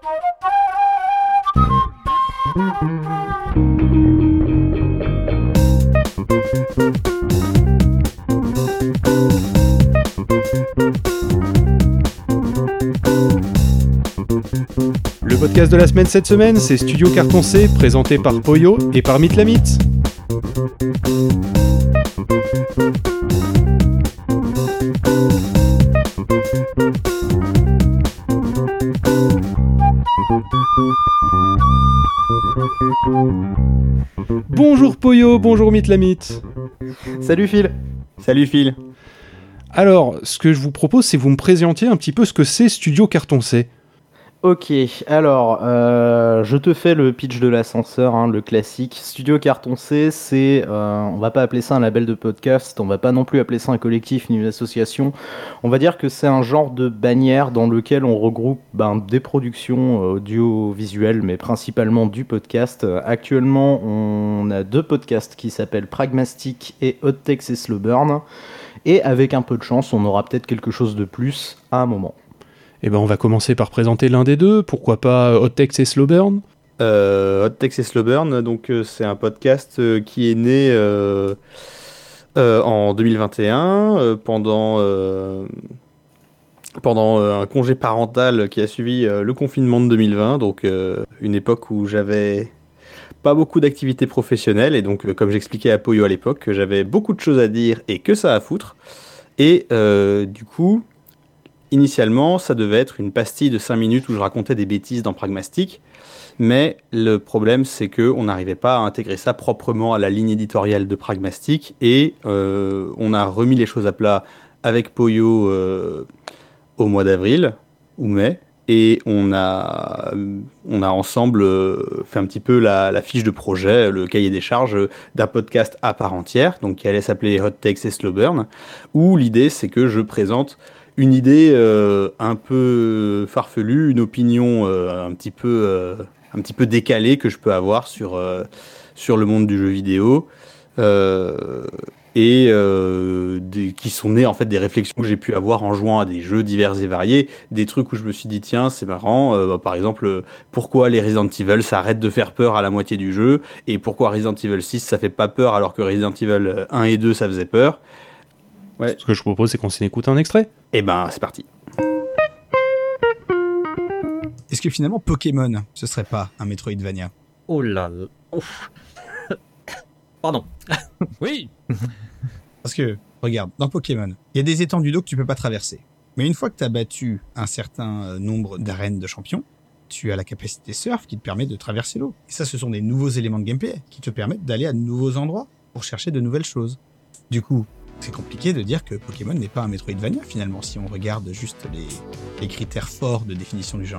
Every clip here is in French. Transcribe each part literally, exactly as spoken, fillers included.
Le podcast de la semaine cette semaine, c'est Studio Carton C, présenté par Poyo et par Mythlamit. Bonjour Poyo, bonjour Mythlamit. Salut Phil. Salut Phil. Alors, ce que je vous propose, c'est que vous me présentiez un petit peu ce que c'est Studio Carton C. Ok, alors, euh, je te fais le pitch de l'ascenseur, hein, le classique. Studio Carton C, c'est, euh, on va pas appeler ça un label de podcast, on va pas non plus appeler ça un collectif ni une association. On va dire que c'est un genre de bannière dans lequel on regroupe ben, des productions audiovisuelles, mais principalement du podcast. Actuellement, on a deux podcasts qui s'appellent Pragmastic et Hot Takes et Slow Burn. Et avec un peu de chance, on aura peut-être quelque chose de plus à un moment. Eh ben, on va commencer par présenter l'un des deux. Pourquoi pas Hot Takes et Slow Burn ? euh, Hot Takes et Slow Burn, donc euh, c'est un podcast euh, qui est né euh, euh, en deux mille vingt et un euh, pendant euh, pendant euh, un congé parental qui a suivi euh, le confinement de deux mille vingt, donc euh, une époque où j'avais pas beaucoup d'activités professionnelles et donc euh, comme j'expliquais à Poyo à l'époque, que j'avais beaucoup de choses à dire et que ça à foutre. Et euh, du coup, initialement, ça devait être une pastille de cinq minutes où je racontais des bêtises dans Pragmastic, mais le problème c'est qu'on n'arrivait pas à intégrer ça proprement à la ligne éditoriale de Pragmastic et euh, on a remis les choses à plat avec Poyo euh, au mois d'avril ou mai et on a, on a ensemble euh, fait un petit peu la, la fiche de projet, le cahier des charges d'un podcast à part entière, donc qui allait s'appeler Hot Takes et Slow Burn, où l'idée c'est que je présente une idée euh, un peu farfelue, une opinion euh, un petit peu euh, un petit peu décalée que je peux avoir sur euh, sur le monde du jeu vidéo euh, et euh, des, qui sont nées en fait des réflexions que j'ai pu avoir en jouant à des jeux divers et variés, des trucs où je me suis dit tiens c'est marrant, euh, bah, par exemple euh, pourquoi les Resident Evil ça arrête de faire peur à la moitié du jeu et pourquoi Resident Evil six ça fait pas peur alors que Resident Evil un et deux ça faisait peur. Ouais. Ce que je propose, c'est qu'on s'en écoute un extrait. Eh ben, c'est parti. Est-ce que finalement Pokémon, ce serait pas un Metroidvania ? Oh là là. Ouf. Pardon. Oui. Parce que, regarde, dans Pokémon, il y a des étendues d'eau que tu peux pas traverser. Mais une fois que tu as battu un certain nombre d'arènes de champions, tu as la capacité surf qui te permet de traverser l'eau. Et ça, ce sont des nouveaux éléments de gameplay qui te permettent d'aller à de nouveaux endroits pour chercher de nouvelles choses. Du coup, c'est compliqué de dire que Pokémon n'est pas un Metroidvania finalement, si on regarde juste les, les critères forts de définition du genre.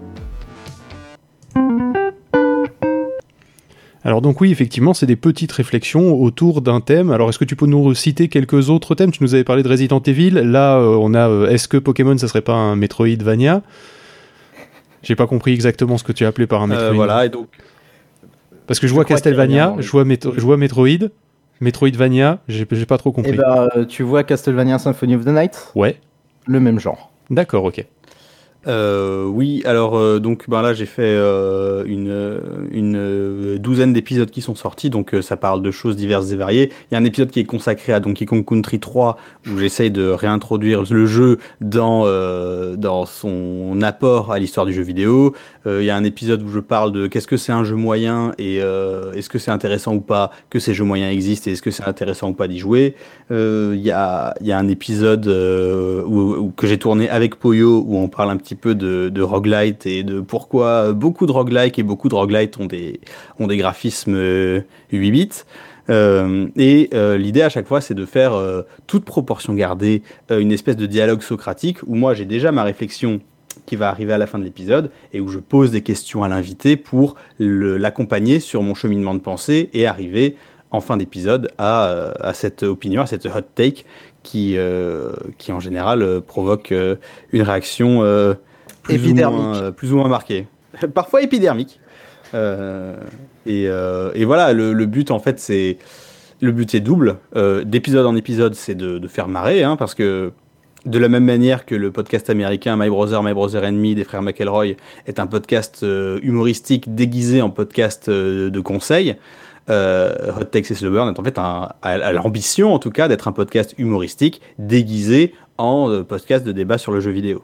Alors donc oui, effectivement, c'est des petites réflexions autour d'un thème. Alors est-ce que tu peux nous citer quelques autres thèmes ? Tu nous avais parlé de Resident Evil, là euh, on a euh, est-ce que Pokémon ça serait pas un Metroidvania ? J'ai pas compris exactement ce que tu as appelé par un Metroid. Euh, voilà, et donc... Parce que je, je vois Castlevania, je vois, Met- je vois Metroid... Metroidvania, j'ai, j'ai pas trop compris. Eh ben, euh, tu vois Castlevania Symphony of the Night ? Ouais. Le même genre. D'accord, ok. Euh, oui, alors euh, donc ben là j'ai fait euh, une, une douzaine d'épisodes qui sont sortis, donc euh, ça parle de choses diverses et variées. Il y a un épisode qui est consacré à Donkey Kong Country trois où j'essaye de réintroduire le jeu dans euh, dans son apport à l'histoire du jeu vidéo. Euh, il y a un épisode où je parle de qu'est-ce que c'est un jeu moyen et euh, est-ce que c'est intéressant ou pas que ces jeux moyens existent et est-ce que c'est intéressant ou pas d'y jouer. Euh, il y a il y a un épisode euh, où, où que j'ai tourné avec Poyo où on parle un petit peu de, de roguelite et de pourquoi beaucoup de roguelike et beaucoup de roguelite ont des, ont des graphismes euh, huit bits. Euh, et euh, l'idée à chaque fois c'est de faire euh, toute proportion gardée euh, une espèce de dialogue socratique où moi j'ai déjà ma réflexion qui va arriver à la fin de l'épisode et où je pose des questions à l'invité pour le, l'accompagner sur mon cheminement de pensée et arriver en fin d'épisode à, à cette opinion, à cette hot take qui, euh, qui en général euh, provoque euh, une réaction euh, plus, ou moins, euh, plus ou moins marquée. Parfois épidermique. Euh, et, euh, et voilà, le, le but en fait c'est... Le but est double. Euh, d'épisode en épisode, c'est de, de faire marrer, hein, parce que De la même manière que le podcast américain My Brother, My Brother and Me des frères McElroy est un podcast euh, humoristique déguisé en podcast euh, de conseils, euh, Hot Takes et Slow Burn est en fait un, a, a l'ambition en tout cas d'être un podcast humoristique déguisé en euh, podcast de débat sur le jeu vidéo.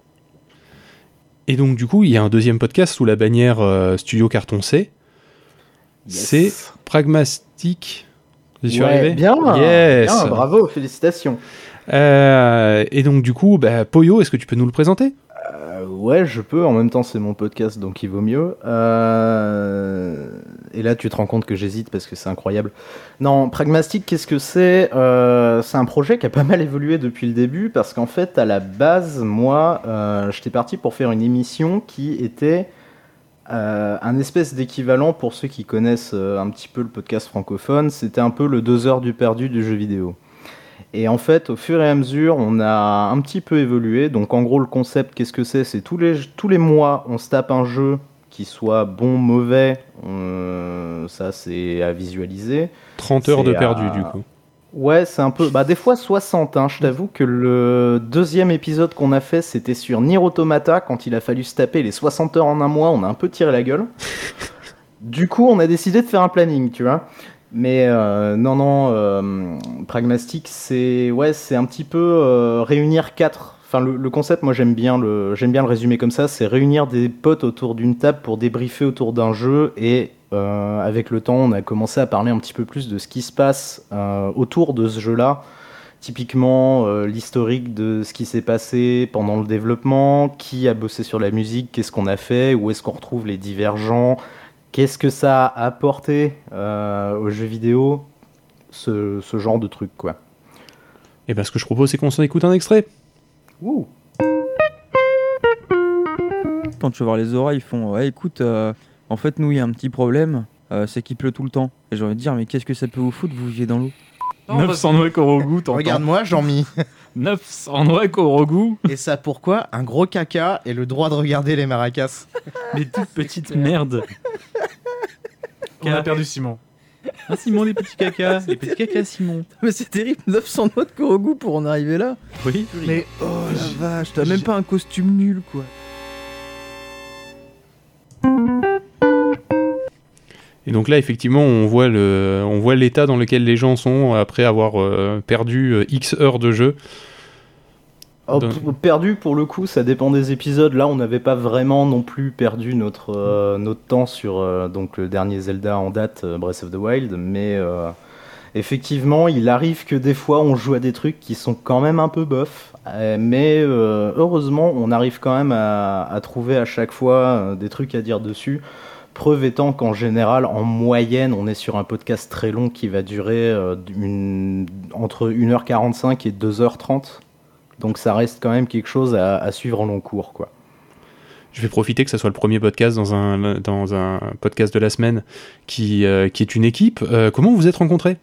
Et donc du coup, il y a un deuxième podcast sous la bannière euh, Studio Carton C. Yes. C'est Pragmastic. J'y suis Ouais, arrivé bien, Yes. bien, bravo, félicitations. Euh, et donc du coup, bah, Poyo, est-ce que tu peux nous le présenter? Euh, ouais, je peux. En même temps, c'est mon podcast, donc il vaut mieux. Euh, Et là, tu te rends compte que j'hésite parce que c'est incroyable. Non, Pragmastic, qu'est-ce que c'est? Euh, C'est un projet qui a pas mal évolué depuis le début parce qu'en fait, à la base, moi, euh, j'étais parti pour faire une émission qui était euh, un espèce d'équivalent pour ceux qui connaissent euh, un petit peu le podcast francophone. C'était un peu le deux heures du perdu du jeu vidéo. Et en fait, au fur et à mesure, on a un petit peu évolué. Donc en gros, le concept, qu'est-ce que c'est? C'est tous les, tous les mois, on se tape un jeu qui soit bon, mauvais. Euh, ça, c'est à visualiser. trente heures de C'est perdu, à- du coup. Ouais, c'est un peu... Bah, des fois soixante, hein. Je t'avoue que le deuxième épisode qu'on a fait, c'était sur Nier Automata. Quand il a fallu se taper les soixante heures en un mois, on a un peu tiré la gueule. Du coup, on a décidé de faire un planning, tu vois. Mais euh, non, non, euh, Pragmastic, c'est ouais, c'est un petit peu euh, réunir quatre. Enfin, le, le concept, moi, j'aime bien le, j'aime bien le résumer comme ça. C'est réunir des potes autour d'une table pour débriefer autour d'un jeu. Et euh, avec le temps, on a commencé à parler un petit peu plus de ce qui se passe euh, autour de ce jeu-là. Typiquement, euh, l'historique de ce qui s'est passé pendant le développement, qui a bossé sur la musique, qu'est-ce qu'on a fait, où est-ce qu'on retrouve les divergents. Qu'est-ce que ça a apporté euh, aux jeux vidéo, ce, ce genre de truc, quoi. Et ben, ce que je propose, c'est qu'on s'en écoute un extrait. Ouh. Quand tu vas voir les oreilles, ils font ouais, écoute, euh, en fait, nous, il y a un petit problème, euh, c'est qu'il pleut tout le temps. Et j'ai envie de dire, mais qu'est-ce que ça peut vous foutre, vous vivez dans l'eau? neuf cents noix Korogu, t'entends. Regarde-moi, Jean-Mi. neuf cents noix Korogu, Et ça pourquoi? Un gros caca et le droit de regarder les maracas. les toutes petites merdes. On a perdu Simon. Ah, Simon, les petits cacas. Les petits cacas, Simon. Mais c'est terrible, neuf cents noix de Korogu pour en arriver là. Oui. Mais oh la vache, t'as même pas un costume nul, quoi. Et donc là, effectivement, on voit le, on voit l'état dans lequel les gens sont après avoir euh, perdu euh, X heures de jeu. Oh, D'un- p- perdu, pour le coup, ça dépend des épisodes. Là, on n'avait pas vraiment non plus perdu notre, euh, notre temps sur euh, donc, le dernier Zelda en date, euh, Breath of the Wild. Mais euh, effectivement, il arrive que des fois, on joue à des trucs qui sont quand même un peu bof. Euh, mais euh, heureusement, on arrive quand même à, à trouver à chaque fois euh, des trucs à dire dessus. Preuve étant qu'en général, en moyenne, on est sur un podcast très long qui va durer euh, une- entre une heure quarante-cinq et deux heures trente. Donc ça reste quand même quelque chose à, à suivre en long cours, quoi. Je vais profiter que ça soit le premier podcast dans un, dans un podcast de la semaine qui, euh, qui est une équipe. Euh, comment vous vous êtes rencontrés?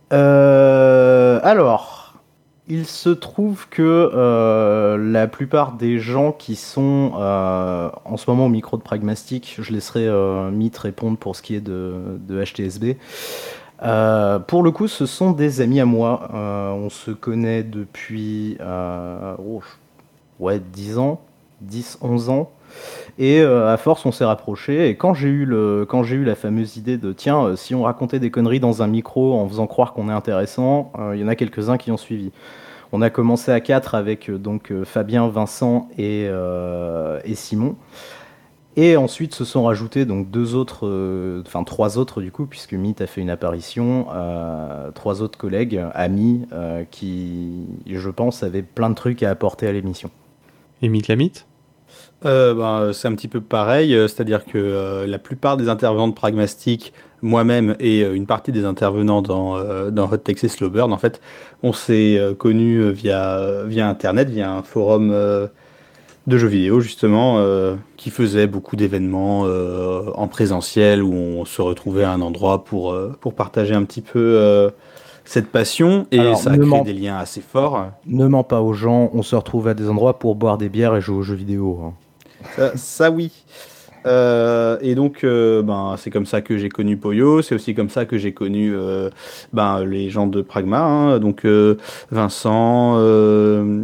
Euh, alors, il se trouve que euh, la plupart des gens qui sont euh, en ce moment au micro de Pragmastic, je laisserai euh, Mythe répondre pour ce qui est de, de H T S B. Euh, pour le coup, ce sont des amis à moi. Euh, on se connaît depuis euh, oh, ouais, dix ans, dix, onze ans. Et euh, à force, on s'est rapprochés. Et quand j'ai eu, le, quand j'ai eu la fameuse idée de tiens, euh, si on racontait des conneries dans un micro en faisant croire qu'on est intéressant, euh, il y en a quelques-uns qui ont suivi. On a commencé à quatre avec euh, donc, euh, Fabien, Vincent et, euh, et Simon. Et ensuite se sont rajoutés donc deux autres, euh, enfin trois autres du coup, puisque Mythe a fait une apparition, euh, trois autres collègues, amis, euh, qui, je pense, avaient plein de trucs à apporter à l'émission. Et Mythe la Mythe? Euh, ben, c'est un petit peu pareil, euh, c'est-à-dire que euh, la plupart des intervenants de Pragmastic, moi-même et euh, une partie des intervenants dans, euh, dans Hot Takes et Slow Burn, en fait, on s'est euh, connus via, via Internet, via un forum euh, de jeux vidéo, justement, euh, qui faisait beaucoup d'événements euh, en présentiel, où on se retrouvait à un endroit pour, euh, pour partager un petit peu euh, cette passion, et Alors, ça a ne créé ment- des liens assez forts. Ne mens pas aux gens, on se retrouve à des endroits pour boire des bières et jouer aux jeux vidéo. hein. Ça, ça, oui. Euh, et donc, euh, ben, c'est comme ça que j'ai connu Poyo. C'est aussi comme ça que j'ai connu euh, ben, les gens de Pragma. Hein, donc, euh, Vincent, euh,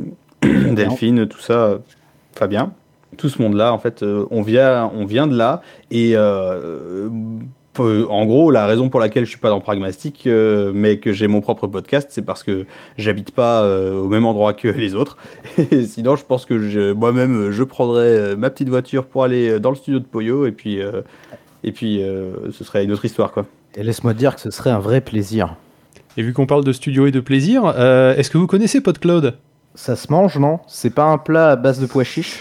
Delphine, tout ça, Fabien, tout ce monde-là, en fait, euh, on vient, on vient de là. Et euh, euh, en gros, la raison pour laquelle je suis pas dans Pragmastic, euh, mais que j'ai mon propre podcast, c'est parce que j'habite pas euh, au même endroit que les autres. Et sinon, je pense que je, moi-même, je prendrais euh, ma petite voiture pour aller dans le studio de Poyo, et puis, euh, et puis euh, ce serait une autre histoire, quoi. Et laisse-moi te dire que ce serait un vrai plaisir. Et vu qu'on parle de studio et de plaisir, euh, est-ce que vous connaissez PodCloud ? Ça se mange, non? C'est pas un plat à base de pois chiches?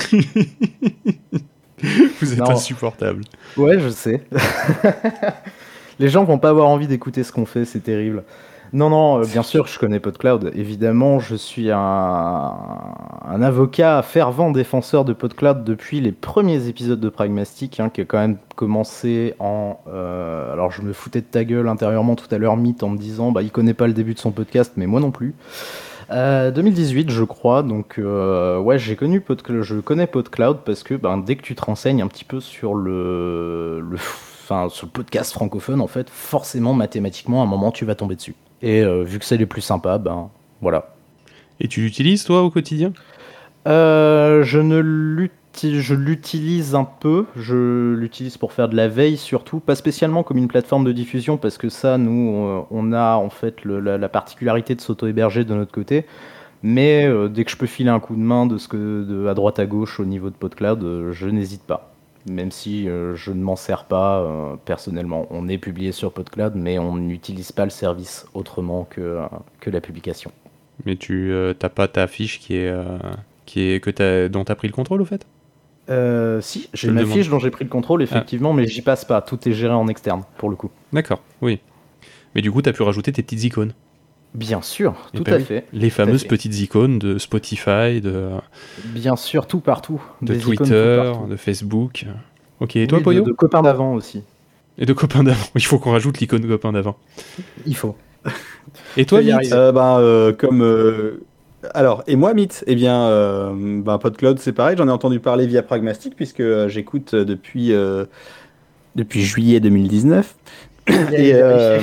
Vous êtes Non. insupportable. Ouais, je sais. Les gens vont pas avoir envie d'écouter ce qu'on fait, c'est terrible. Non, non, euh, bien sûr, je connais PodCloud. Évidemment, je suis un, un avocat fervent défenseur de PodCloud depuis les premiers épisodes de Pragmastic, hein, qui a quand même commencé en... euh, alors, je me foutais de ta gueule intérieurement tout à l'heure, Mythe, en me disant, bah, il connaît pas le début de son podcast, mais moi non plus. Euh, deux mille dix-huit, je crois, donc euh, ouais, j'ai connu PodCloud, je connais PodCloud parce que ben, dès que tu te renseignes un petit peu sur le, le, enfin, sur le podcast francophone, en fait, forcément, mathématiquement, à un moment, tu vas tomber dessus. Et euh, vu que c'est les plus sympas, ben voilà. Et tu l'utilises, toi, au quotidien ? Euh, je ne l'utilise, je l'utilise un peu. Je l'utilise pour faire de la veille surtout, pas spécialement comme une plateforme de diffusion parce que ça, nous, euh, on a en fait le, la, la particularité de s'auto-héberger de notre côté. Mais euh, dès que je peux filer un coup de main de ce que de à droite à gauche au niveau de PodCloud, euh, je n'hésite pas. Même si euh, je ne m'en sers pas euh, personnellement. On est publié sur PodCloud, mais on n'utilise pas le service autrement que, euh, que la publication. Mais tu euh, t'as pas ta fiche qui est, euh, qui est que t'as, dont tu as pris le contrôle, au fait ? Euh, si, j'ai Je ma le demande. fiche dont j'ai pris le contrôle, effectivement, mais j'y passe pas. Tout est géré en externe, pour le coup. D'accord, oui. Mais du coup, tu as pu rajouter tes petites icônes. Bien sûr, Eh tout ben à oui. fait. Les fameuses fait. petites icônes de Spotify, de, Bien sûr, tout partout. de Des icônes tout Twitter, partout. de Facebook. Ok, et toi, Oui, de- Poyo de copains d'avant aussi. Et de copains d'avant. Il faut qu'on rajoute l'icône copain d'avant. Il faut. Et toi, Je vais y Mythe arriver. Euh, ben, euh, comme euh, alors et moi Mythe, eh bien euh, ben, PodCloud c'est pareil, j'en ai entendu parler via Pragmastic puisque euh, j'écoute euh, depuis euh, depuis juillet deux mille dix-neuf et euh,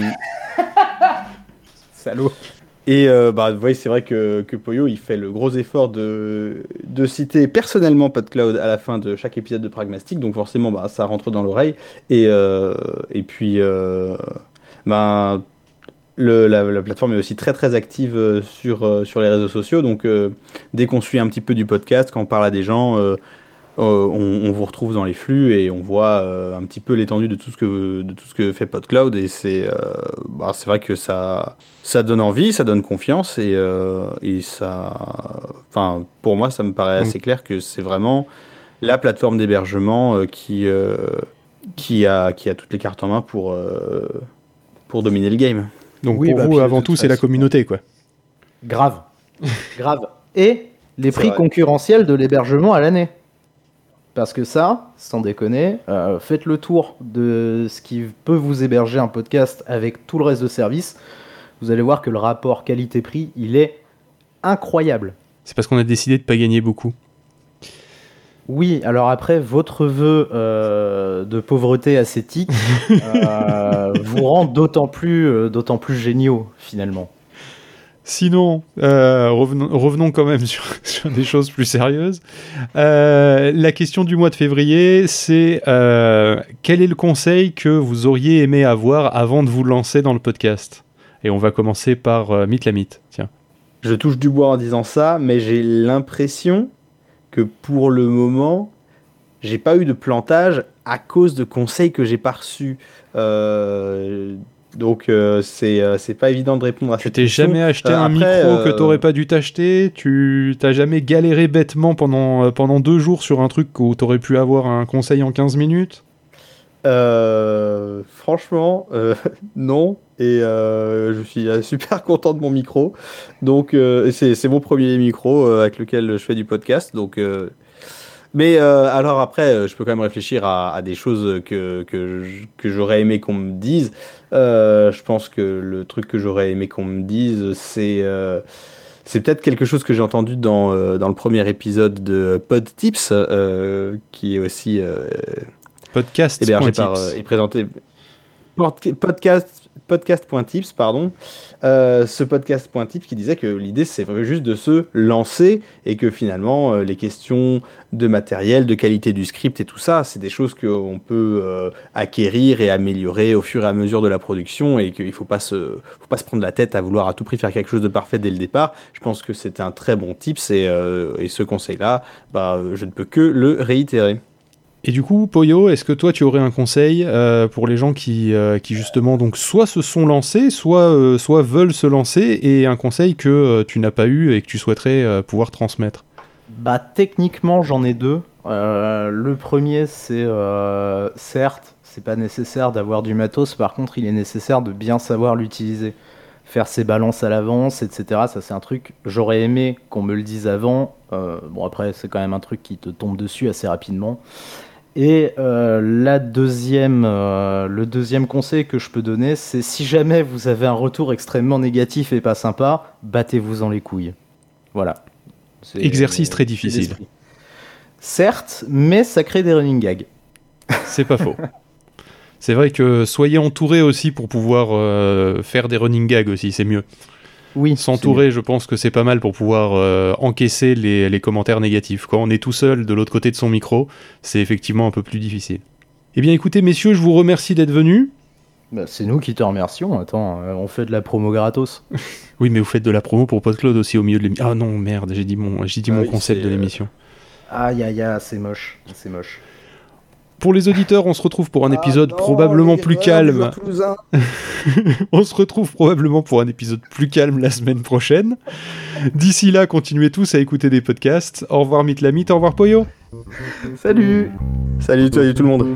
Salaud. et euh, bah vous voyez, c'est vrai que que Poyo il fait le gros effort de de citer personnellement PodCloud à la fin de chaque épisode de Pragmastic, donc forcément bah ça rentre dans l'oreille et euh, et puis euh, ben Le, la, la plateforme est aussi très très active euh, sur, euh, sur les réseaux sociaux, donc euh, dès qu'on suit un petit peu du podcast, quand on parle à des gens, euh, euh, on, on vous retrouve dans les flux et on voit euh, un petit peu l'étendue de tout ce que, de tout ce que fait PodCloud, et c'est euh, bah, c'est vrai que ça, ça donne envie, ça donne confiance, et, euh, et ça, enfin, pour moi ça me paraît assez clair que c'est vraiment la plateforme d'hébergement euh, qui, euh, qui, a, qui a toutes les cartes en main pour, euh, pour dominer le game. Donc Oui, pour bah, vous, puis de avant toute tout, c'est la façon, communauté, quoi. Grave. Grave. Et les C'est prix vrai. concurrentiels de l'hébergement à l'année. Parce que ça, sans déconner, euh, faites le tour de ce qui peut vous héberger un podcast avec tout le reste de services. Vous allez voir que le rapport qualité-prix, il est incroyable. C'est parce qu'on a décidé de pas gagner beaucoup. Oui, alors après, votre vœu euh, de pauvreté ascétique euh, vous rend d'autant plus, euh, d'autant plus géniaux, finalement. Sinon, euh, revenons, revenons quand même sur, sur des choses plus sérieuses. Euh, la question du mois de février, c'est euh, quel est le conseil que vous auriez aimé avoir avant de vous lancer dans le podcast ? Et on va commencer par euh, Mythe la Mythe. Tiens. Je touche du bois en disant ça, mais j'ai l'impression que pour le moment, j'ai pas eu de plantage à cause de conseils que j'ai pas reçus. Euh, donc euh, c'est euh, c'est pas évident de répondre à Tu cette t'es question. jamais acheté Euh, un après, micro que euh, t'aurais pas dû t'acheter ? Tu t'as jamais galéré bêtement pendant, euh, pendant deux jours sur un truc où t'aurais pu avoir un conseil en quinze minutes ? Euh, franchement, euh, non. Et euh, je suis euh, super content de mon micro. Donc, euh, c'est c'est mon premier micro euh, avec lequel je fais du podcast. Donc, euh, mais euh, alors après, euh, je peux quand même réfléchir à, à des choses que, que, j- que j'aurais aimé qu'on me dise. Euh, je pense que le truc que j'aurais aimé qu'on me dise, c'est euh, c'est peut-être quelque chose que j'ai entendu dans, euh, dans le premier épisode de Pod Tips, euh, qui est aussi euh, Podcast. hébergé point par tips. euh, et présenté Pod- podcast podcast.tips, pardon. Euh, ce podcast.tips qui disait que l'idée c'est juste de se lancer et que finalement euh, les questions de matériel, de qualité du script et tout ça, c'est des choses qu'on peut euh, acquérir et améliorer au fur et à mesure de la production et qu'il ne faut pas se, faut pas se prendre la tête à vouloir à tout prix faire quelque chose de parfait dès le départ. Je pense que c'était un très bon tips et, euh, et ce conseil-là, bah, je ne peux que le réitérer. Et du coup, Poyo, est-ce que toi tu aurais un conseil euh, pour les gens qui, euh, qui justement donc soit se sont lancés, soit, euh, soit veulent se lancer, et un conseil que euh, tu n'as pas eu et que tu souhaiterais euh, pouvoir transmettre? Bah techniquement j'en ai deux. Euh, le premier c'est euh, certes c'est pas nécessaire d'avoir du matos, par contre il est nécessaire de bien savoir l'utiliser. Faire ses balances à l'avance, et cetera. Ça c'est un truc, j'aurais aimé qu'on me le dise avant. Euh, bon après c'est quand même un truc qui te tombe dessus assez rapidement. Et euh, la deuxième, euh, le deuxième conseil que je peux donner, c'est si jamais vous avez un retour extrêmement négatif et pas sympa, battez-vous-en les couilles. Voilà. C'est, Exercice très c'est difficile. l'esprit. Certes, mais ça crée des running gags. C'est pas faux. C'est vrai que soyez entourés aussi pour pouvoir euh, faire des running gags aussi, c'est mieux. Oui. S'entourer, je pense que c'est pas mal pour pouvoir euh, encaisser les, les commentaires négatifs. Quand on est tout seul de l'autre côté de son micro, c'est effectivement un peu plus difficile. Eh bien écoutez messieurs, je vous remercie d'être venus. Bah, c'est nous qui te remercions. Attends, euh, on fait de la promo gratos. Oui, mais vous faites de la promo pour PodCloud aussi au milieu de l'émission. Ah non, merde, j'ai dit mon, j'ai dit Ah mon oui, concept c'est, de euh, l'émission. Aïe aïe aïe, c'est moche, c'est moche. Pour les auditeurs, on se retrouve pour un épisode probablement plus calme. On se retrouve probablement pour un épisode plus calme la semaine prochaine. D'ici là, continuez tous à écouter des podcasts. Au revoir Mytlamite, au revoir Poyo. Salut. Salut, salut tout le monde.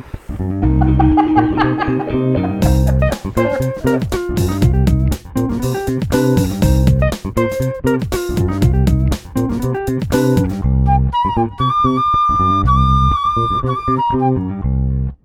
Thank you.